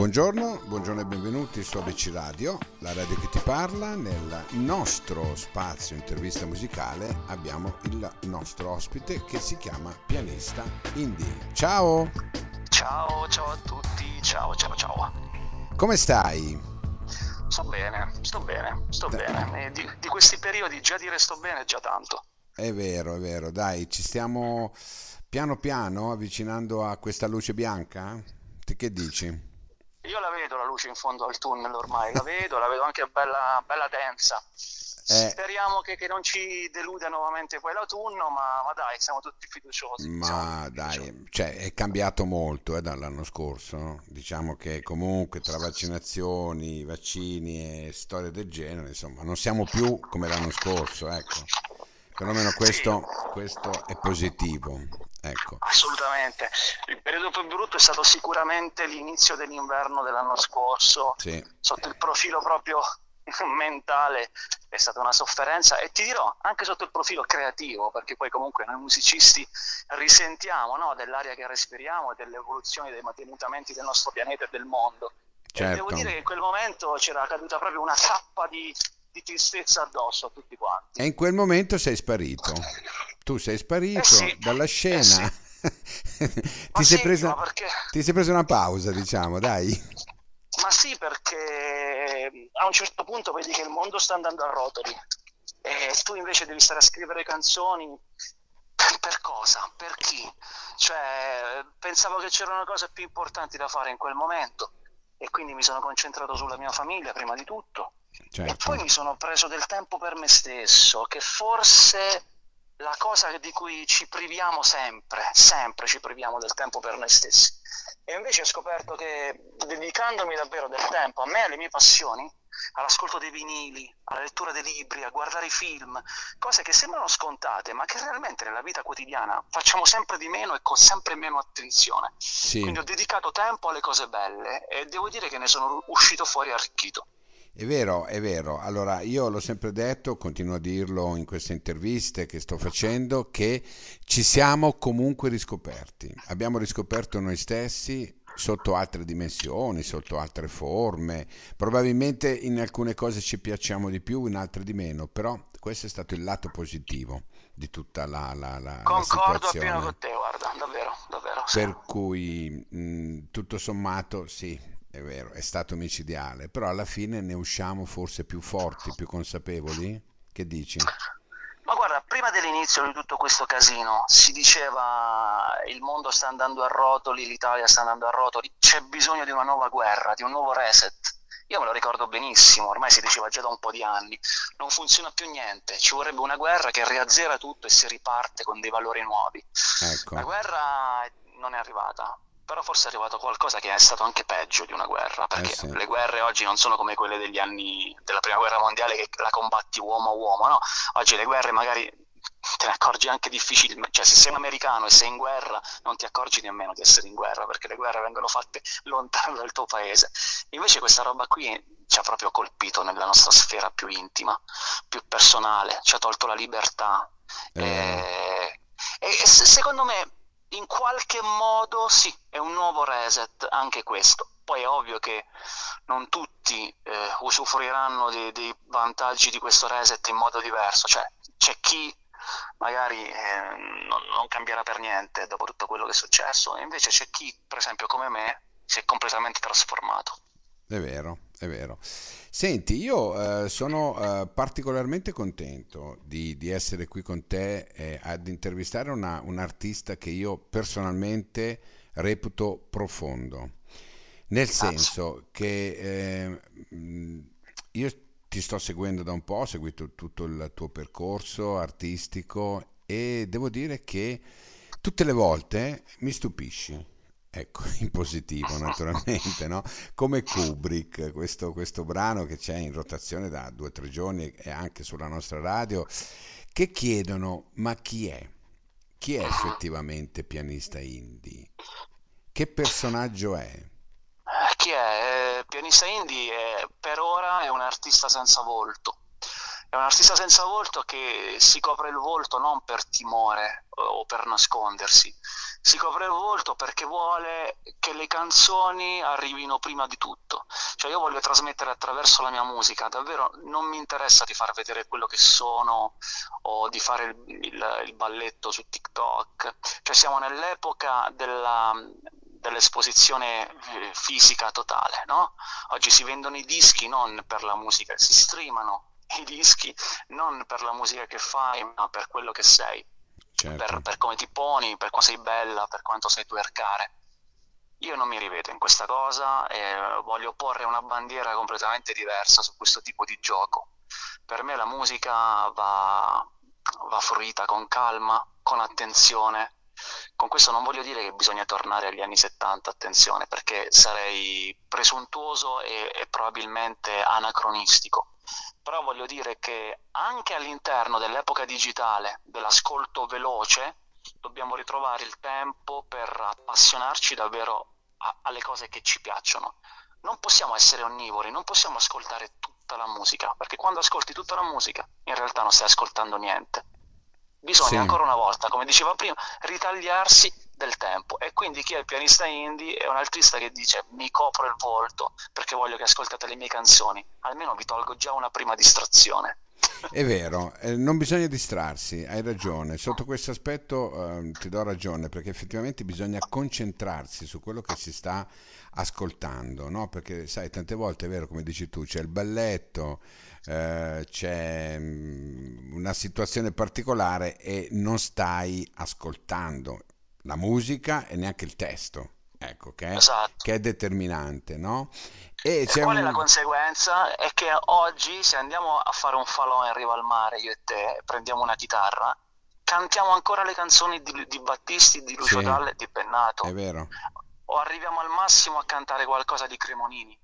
Buongiorno e benvenuti su ABC Radio, la radio che ti parla. Nel nostro spazio intervista musicale abbiamo il nostro ospite che si chiama Pianista Indie. Ciao! Ciao a tutti, ciao. Come stai? Sto Da- bene. E di questi periodi già dire sto bene è già tanto. È vero, dai, ci stiamo piano piano avvicinando a questa luce bianca? Te che dici? Io la vedo la luce in fondo al tunnel ormai, la vedo anche bella densa. Eh, Speriamo che non ci deluda nuovamente poi l'autunno, ma dai, siamo tutti fiduciosi, Ma fiduciosi. dai, cioè è cambiato molto dall'anno scorso, no? Diciamo che comunque tra vaccinazioni, vaccini e storie del genere, insomma, non siamo più come l'anno scorso, ecco. Perlomeno Sì, questo è positivo, ecco. assolutamente. Il periodo più brutto è stato sicuramente l'inizio dell'inverno dell'anno scorso, Sì, sotto il profilo proprio mentale è stata una sofferenza e ti dirò anche sotto il profilo creativo, perché poi comunque noi musicisti risentiamo, no, dell'aria che respiriamo e delle evoluzioni dei mutamenti del nostro pianeta e del mondo. E devo certo. dire che in quel momento c'era caduta proprio una cappa di tristezza addosso a tutti E quanti. in quel momento sei sparito. Tu sei Eh sparito sì, dalla eh scena. sì. Ti Ma sei sì, presa, ma perché? ti sei presa una pausa, diciamo, dai. Ma sì, perché a un certo punto vedi che il mondo sta andando a rotoli e tu invece devi stare a scrivere canzoni per cosa? Per chi? Cioè, pensavo che c'erano cose più importanti da fare in quel momento e quindi mi sono concentrato sulla mia famiglia prima di tutto e Certo. poi mi sono preso del tempo per me stesso, che forse la cosa di cui ci priviamo sempre ci priviamo del tempo per noi stessi. E invece ho scoperto che dedicandomi davvero del tempo a me e alle mie passioni, all'ascolto dei vinili, alla lettura dei libri, a guardare i film, cose che sembrano scontate, ma che realmente nella vita quotidiana facciamo sempre di meno e con sempre meno attenzione. Sì. Quindi ho dedicato tempo alle cose belle e devo dire che ne sono uscito fuori arricchito. È vero, è vero. Allora, io l'ho sempre detto, continuo a dirlo in queste interviste che sto facendo, che ci siamo comunque riscoperti. Abbiamo riscoperto noi stessi sotto altre dimensioni, sotto altre forme. Probabilmente in alcune cose ci piacciamo di più, in altre di meno, però questo è stato il lato positivo di tutta la Concordo appieno situazione. con te, guarda, davvero, sì. Per cui tutto sommato sì, è vero, è stato micidiale, però alla fine ne usciamo forse più forti, più consapevoli? Che dici? Ma guarda, prima dell'inizio di tutto questo casino si diceva il mondo sta andando a rotoli, l'Italia sta andando a rotoli, c'è bisogno di una nuova guerra, di un nuovo reset. Io me lo ricordo benissimo, ormai si diceva già da un po' di anni, non funziona più niente, ci vorrebbe una guerra che riazzera tutto e si riparte con dei valori nuovi. La Ecco, guerra non è arrivata, però forse è arrivato qualcosa che è stato anche peggio di una guerra, eh perché sì, le guerre oggi non sono come quelle degli anni della prima guerra mondiale che la combatti uomo a uomo, no? Oggi le guerre magari te ne accorgi anche difficilmente, cioè se sei un americano e sei in guerra non ti accorgi nemmeno di essere in guerra, perché le guerre vengono fatte lontano dal tuo paese. Invece questa roba qui ci ha proprio colpito nella nostra sfera più intima, più personale, ci ha tolto la libertà. è vero. Secondo me in qualche modo sì, è un nuovo reset anche questo. Poi è ovvio che non tutti usufruiranno dei vantaggi di questo reset in modo diverso, cioè c'è chi magari non cambierà per niente dopo tutto quello che è successo, e invece c'è chi, per esempio come me, si è completamente trasformato. È vero, è vero. Senti, io sono particolarmente contento di essere qui con te ad intervistare un artista che io personalmente reputo profondo, nel Grazie. senso che io ti sto seguendo da un po', ho seguito tutto il tuo percorso artistico e devo dire che tutte le volte mi stupisci. Ecco, in positivo naturalmente, no? Come Kubrick, questo brano che c'è in rotazione da 2 o 3 giorni e anche sulla nostra radio, che chiedono: ma chi è? Chi è Mhm. effettivamente pianista indie? Che personaggio è? Chi è? Pianista indie per ora è un artista senza volto. È un artista senza volto che si copre il volto non per timore o per nascondersi, Si copre il volto perché vuole che le canzoni arrivino prima di tutto. Cioè io voglio trasmettere attraverso la mia musica, davvero non mi interessa di far vedere quello che sono o di fare il balletto su TikTok. Cioè siamo nell'epoca dell'esposizione fisica totale, no? Oggi si vendono i dischi non per la musica, si streamano i dischi non per la musica che fai, ma per quello che sei, Certo. per come ti poni, per quanto sei bella, per quanto sai twerkare. Io non mi rivedo in questa cosa e voglio porre una bandiera completamente diversa su questo tipo di gioco. Per me la musica va fruita con calma, con attenzione. Con questo non voglio dire che bisogna tornare agli anni 70, attenzione, perché sarei presuntuoso e probabilmente anacronistico. Però voglio dire che anche all'interno dell'epoca digitale, dell'ascolto veloce, dobbiamo ritrovare il tempo per appassionarci davvero alle cose che ci piacciono. Non possiamo essere onnivori, non possiamo ascoltare tutta la musica, perché quando ascolti tutta la musica in realtà non stai ascoltando niente. Bisogna Sì. ancora una volta, come diceva prima, ritagliarsi del tempo. E quindi chi è il pianista indie è un artista che dice mi copro il volto perché voglio che ascoltate le mie canzoni, almeno vi tolgo già una prima distrazione. È vero, non bisogna distrarsi, hai ragione. Sotto questo aspetto ti do ragione, perché effettivamente bisogna concentrarsi su quello che si sta ascoltando, no? Perché sai, tante volte è vero, come dici tu, c'è il balletto, c'è una situazione particolare e non stai ascoltando la musica e neanche il testo, ecco, Esatto. che è determinante, no? E E c'è qual è la un... conseguenza? È che oggi, se andiamo a fare un falò in riva al mare, io e te, e prendiamo una chitarra, cantiamo ancora le canzoni di Battisti, di Lucio Sì, Dalla e di è Bennato, vero. o arriviamo al massimo a cantare qualcosa di Cremonini.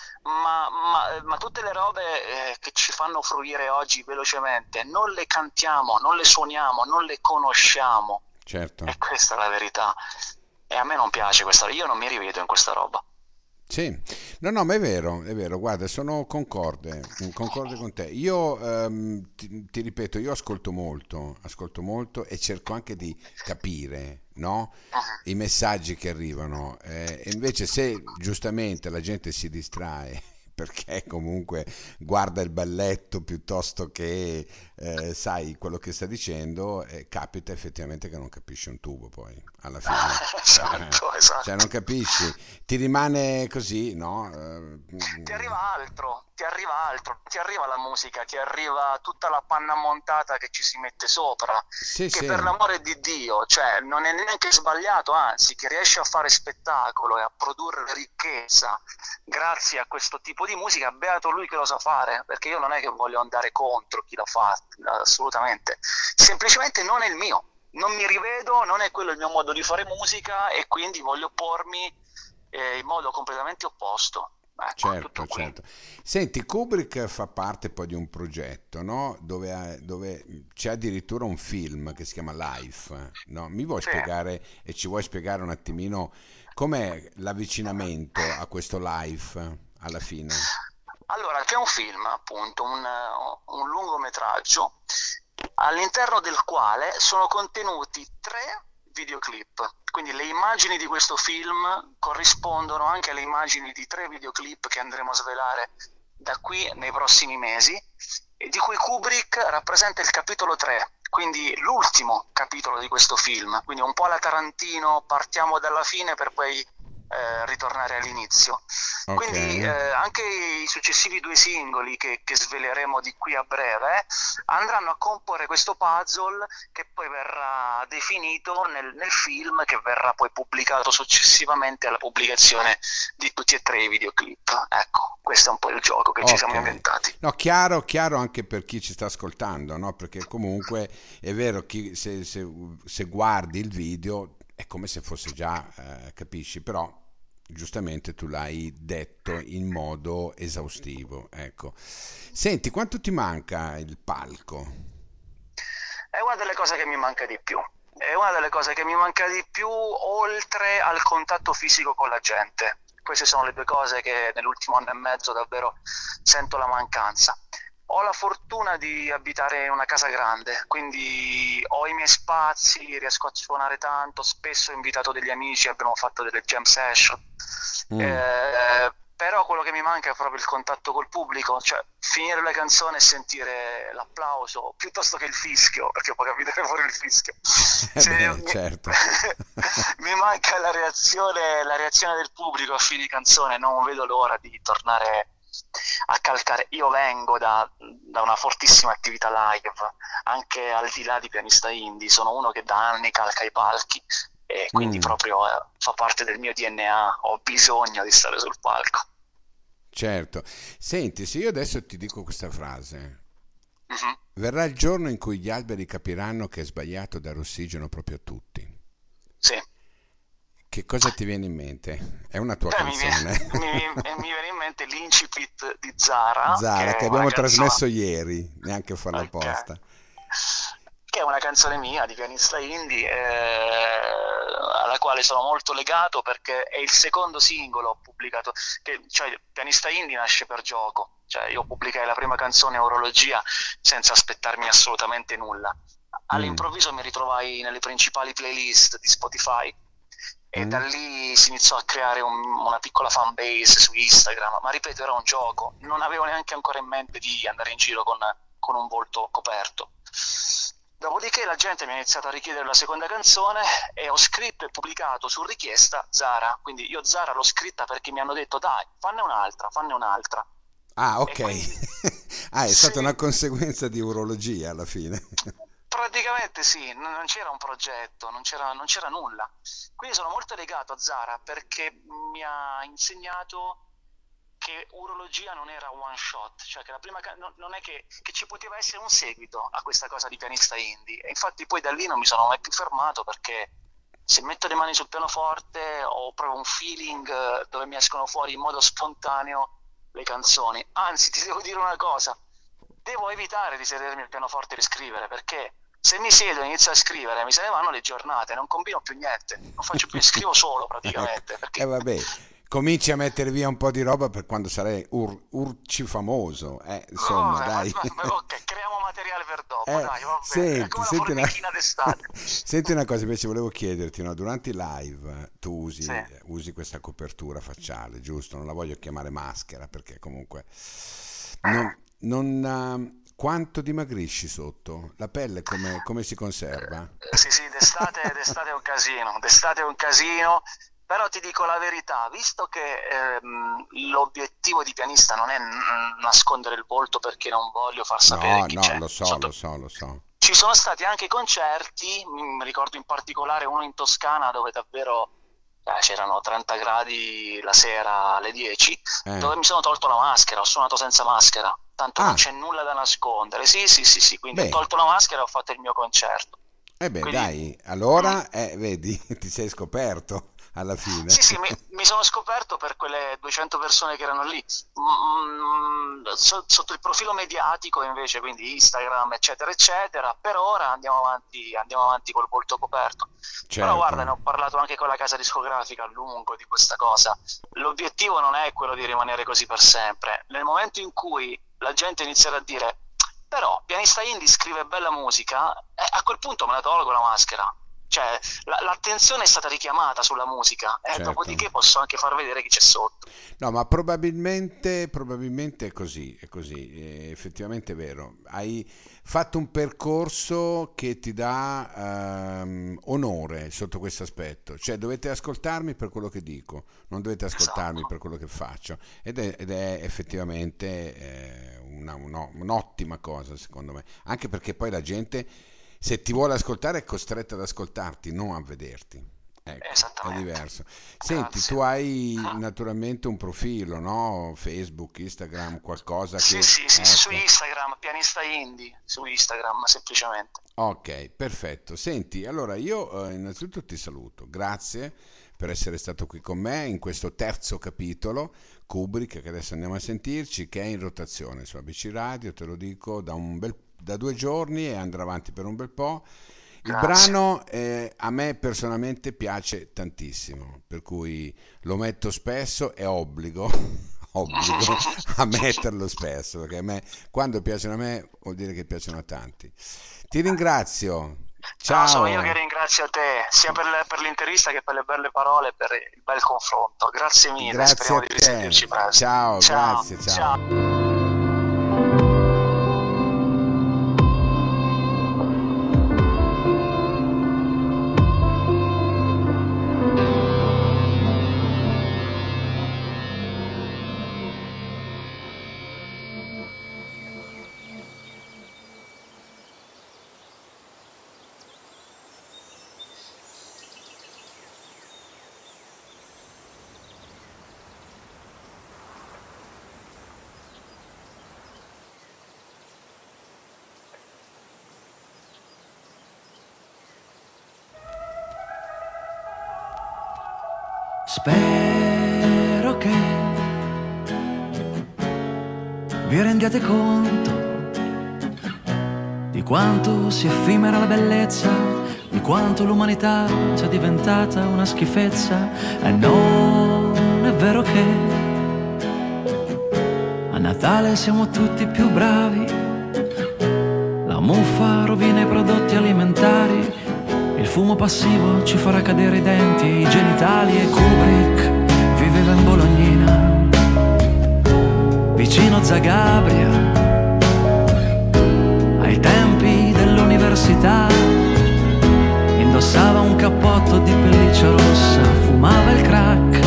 Ma tutte le robe che ci fanno fruire oggi velocemente, non le cantiamo, non le suoniamo, non le conosciamo. Certo. E questa è la verità. E a me non piace questa, io non mi rivedo in questa roba. Sì, no, no, ma è vero, guarda, sono concorde con te. Io ti ripeto, io ascolto molto e cerco anche di capire, no? Mhm. I messaggi che arrivano. E invece se giustamente la gente si distrae perché comunque guarda il balletto piuttosto che sai quello che sta dicendo, capita effettivamente che non capisci un tubo poi, alla fine. Esatto, Cioè non esatto. capisci, ti rimane così, no? Ti arriva altro, ti arriva la musica, ti arriva tutta la panna montata che ci si mette sopra, Sì, che per sì, l'amore di Dio, cioè non è neanche sbagliato, anzi, che riesce a fare spettacolo e a produrre ricchezza grazie a questo tipo di musica, beato lui che lo sa fare, perché io non è che voglio andare contro chi la fa, assolutamente, semplicemente non è il mio. Non mi rivedo, non è quello il mio modo di fare musica e quindi voglio pormi in modo completamente opposto. Ecco, tutto certo, qui. certo. Senti, Kubrick fa parte poi di un progetto, no? Dove c'è addirittura un film che si chiama Life, no? Mi vuoi Sì. spiegare e ci vuoi spiegare un attimino com'è l'avvicinamento a questo Life alla fine? Allora, c'è un film, appunto, un lungometraggio all'interno del quale sono contenuti tre videoclip. Quindi le immagini di questo film corrispondono anche alle immagini di tre videoclip che andremo a svelare da qui nei prossimi mesi, e di cui Kubrick rappresenta il capitolo 3, quindi l'ultimo capitolo di questo film. Quindi un po' alla Tarantino, partiamo dalla fine per poi ritornare all'inizio. Ok. Quindi anche i successivi due singoli che sveleremo di qui a breve andranno a comporre questo puzzle che poi verrà definito nel film che verrà poi pubblicato successivamente alla pubblicazione di tutti e tre i videoclip. Ecco, questo è un po' il gioco che ci siamo Ok, inventati. no, chiaro, chiaro anche per chi ci sta ascoltando, no? Perché comunque è vero, se guardi il video è come se fosse già, capisci, però giustamente tu l'hai detto in modo esaustivo, ecco. Senti, quanto ti manca il palco? È una delle cose che mi manca di più. È una delle cose che mi manca di più oltre al contatto fisico con la gente. Queste sono le due cose che nell'ultimo anno e mezzo davvero sento la mancanza. Ho la fortuna di abitare in una casa grande, quindi ho i miei spazi, riesco a suonare tanto, spesso ho invitato degli amici, abbiamo fatto delle jam session. Mm. Però quello che mi manca è proprio il contatto col pubblico, cioè finire la canzone e sentire l'applauso piuttosto che il fischio, perché poi capite fuori il fischio. Eh Se beh, mi... certo. mi manca la reazione del pubblico a fine canzone, non vedo l'ora di tornare a calcare. Io vengo da una fortissima attività live, anche al di là di pianista indie, sono uno che da anni calca i palchi e quindi Mm, proprio fa parte del mio DNA, ho bisogno di stare sul palco. certo. Senti, se io adesso ti dico questa frase, Mhm. verrà il giorno in cui gli alberi capiranno che è sbagliato dare ossigeno proprio a tutti. Sì. Che cosa ti viene in mente? È una tua Beh, canzone. mi viene in mente l'incipit di Zara, Zara, che che è una abbiamo canzone. trasmesso ieri, neanche a farla Ok. apposta. Che è una canzone mia di pianista indie, alla quale sono molto legato perché è il secondo singolo pubblicato, cioè pianista indie nasce per gioco, cioè io pubblicai la prima canzone Orologia senza aspettarmi assolutamente nulla. Mm, All'improvviso mi ritrovai nelle principali playlist di Spotify e da mm, lì si iniziò a creare una piccola fan base su Instagram, ma ripeto, era un gioco, non avevo neanche ancora in mente di andare in giro con un volto coperto. Dopodiché la gente mi ha iniziato a richiedere la seconda canzone e ho scritto e pubblicato su richiesta Zara, quindi io Zara l'ho scritta perché mi hanno detto dai, fanne un'altra, fanne un'altra. ah, E ok. quindi Ah, è stata sì, una conseguenza di urologia alla fine. praticamente sì, non c'era un progetto, non c'era nulla. Quindi sono molto legato a Zara perché mi ha insegnato che urologia non era one shot, cioè che la prima non è che ci poteva essere un seguito a questa cosa di pianista indie. E infatti poi da lì non mi sono mai più fermato perché se metto le mani sul pianoforte ho proprio un feeling dove mi escono fuori in modo spontaneo le canzoni. Anzi, ti devo dire una cosa, devo evitare di sedermi al pianoforte e riscrivere perché se mi siedo e inizio a scrivere mi se ne vanno le giornate, non combino più niente, non faccio più, scrivo solo Ecco, praticamente e perché vabbè, cominci a mettere via un po' di roba per quando sarai urci famoso, insomma, vabbè, dai. ok, creiamo materiale per dopo, dai, va bene. È Senti, come la formichina d'estate. senti una cosa, invece volevo chiederti, no? Durante i live tu Sì. usi questa copertura facciale, giusto? Non la voglio chiamare maschera perché comunque quanto dimagrisci sotto? La pelle come si conserva? Sì, sì, d'estate è un casino, d'estate è un casino, però ti dico la verità, visto che l'obiettivo di pianista non è nascondere il volto perché non voglio far sapere No, chi no, c'è lo so, lo sotto. so, lo so. Ci sono stati anche concerti, mi ricordo in particolare uno in Toscana dove davvero c'erano 30 gradi la sera alle 10, Eh. dove mi sono tolto la maschera, ho suonato senza maschera, tanto non Ah, c'è nulla da nascondere. Sì, sì, sì, sì, quindi ho beh, tolto la maschera e ho fatto il mio concerto. eh beh, Quindi, dai, mm, allora, vedi, ti sei scoperto alla fine. sì, sì, mi sono scoperto per quelle 200 persone che erano lì. Sotto il profilo mediatico invece, quindi Instagram, eccetera, eccetera, per ora andiamo avanti col volto coperto. Però Certo, guarda, ne ho parlato anche con la casa discografica a lungo di questa cosa. L'obiettivo non è quello di rimanere così per sempre. Nel momento in cui la gente inizierà a dire però pianista indie scrive bella musica, a quel punto me la tolgo la maschera. Cioè, l'attenzione è stata richiamata sulla musica, e certo. dopodiché posso anche far vedere chi c'è sotto. No, ma probabilmente è così, è effettivamente è vero. Hai fatto un percorso che ti dà onore sotto questo aspetto, cioè dovete ascoltarmi per quello che dico, non dovete ascoltarmi Esatto. per quello che faccio, ed è effettivamente un'ottima cosa secondo me, anche perché poi la gente, se ti vuole ascoltare, è costretta ad ascoltarti, non a vederti. Ecco, è Esattamente. diverso. Senti, Grazie. tu hai Mhm. naturalmente un profilo, no? Facebook, Instagram, qualcosa Sì, che... sì, sì, su Ecco, Instagram, pianista indie, su Instagram semplicemente. ok, perfetto. Senti, allora io innanzitutto ti saluto. Grazie per essere stato qui con me in questo terzo capitolo, Kubrick, che adesso andiamo a sentirci, che è in rotazione su ABC Radio, te lo dico, da 2 giorni e andrà avanti per un bel po'. Il Grazie. brano a me personalmente piace tantissimo, per cui lo metto spesso, è obbligo, obbligo a metterlo spesso, perché a me, quando piacciono a me vuol dire che piacciono a tanti. Ti ringrazio, No, sono io che ciao, ringrazio te, sia per l'intervista che per le belle parole e per il bel confronto. Grazie mille, grazie speriamo a di te, risentirci presto. ciao, Ciao, grazie, ciao. ciao. Spero che vi rendiate conto di quanto sia effimera la bellezza, di quanto l'umanità sia diventata una schifezza. E non è vero che a Natale siamo tutti più bravi, la muffa rovina i prodotti alimentari, il fumo passivo ci farà cadere i denti e i genitali. E Kubrick viveva in Bolognina, vicino Zagabria, ai tempi dell'università. Indossava un cappotto di pelliccia rossa, fumava il crack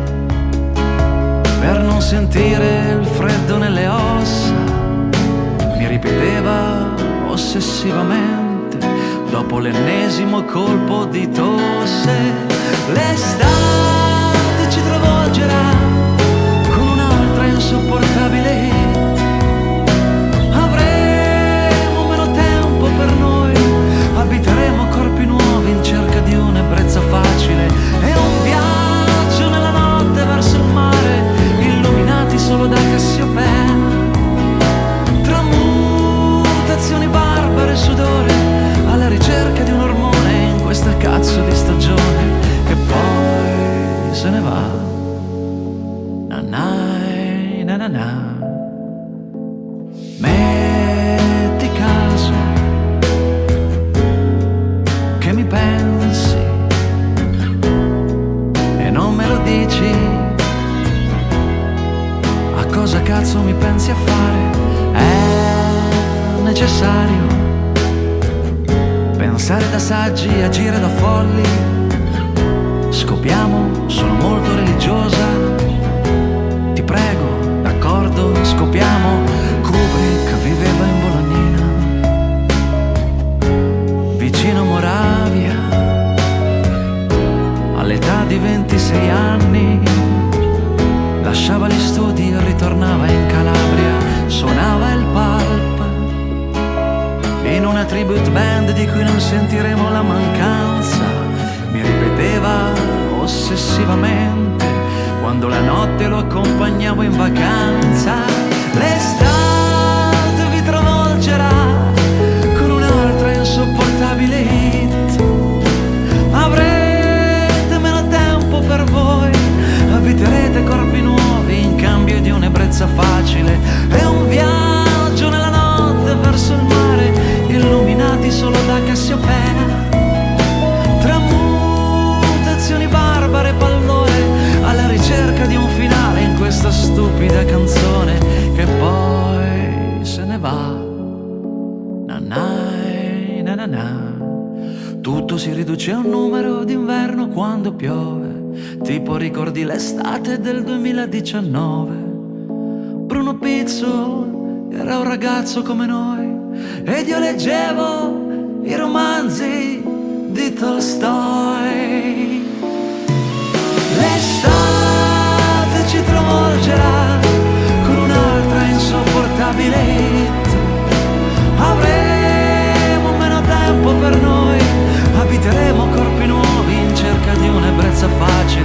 per non sentire il freddo nelle ossa. Mi ripeteva ossessivamente, dopo l'ennesimo colpo di tosse: l'estate ci travolgerà con un'altra insopportabile hit. Avremo meno tempo per noi, abiteremo corpi nuovi in cerca di un'ebbrezza facile. E un viaggio nella notte verso il mare, illuminati solo da Cassiopea, tra mutazioni barbare e sudore, alla ricerca di un ormone in questa cazzo di stagione che poi se ne va. Nanai, nanana. Metti caso che mi pensi e non me lo dici. A cosa cazzo mi pensi a fare? È necessario pensare da saggi, agire da folli. Scopiamo, sono molto religiosa. Ti prego, d'accordo, scopiamo. Kubrick viveva in Bolognina, vicino Moravia, all'età di 26 anni. Lasciava gli studi e ritornava in Calabria. Suonava il pulp in una tribute band di cui non sentiremo la mancanza. Mi ripeteva ossessivamente quando la notte lo accompagnavo in vacanza: l'estate vi travolgerà con un'altra insopportabile hit. Avrete meno tempo per voi, abiterete corpi nuovi in cambio di un'ebbrezza facile. È un viaggio nella notte verso il mare, illuminati solo da Cassiopea, tra mutazioni barbare e pallore, alla ricerca di un finale in questa stupida canzone che poi se ne va. Nanai, nanana. Tutto si riduce a un numero d'inverno quando piove, tipo ricordi l'estate del 2019. Bruno Pizzo era un ragazzo come noi ed io leggevo i romanzi di Tolstoi. L'estate ci travolgerà con un'altra insopportabile hit. Avremo meno tempo per noi, abiteremo corpi nuovi in cerca di un'ebbrezza facile.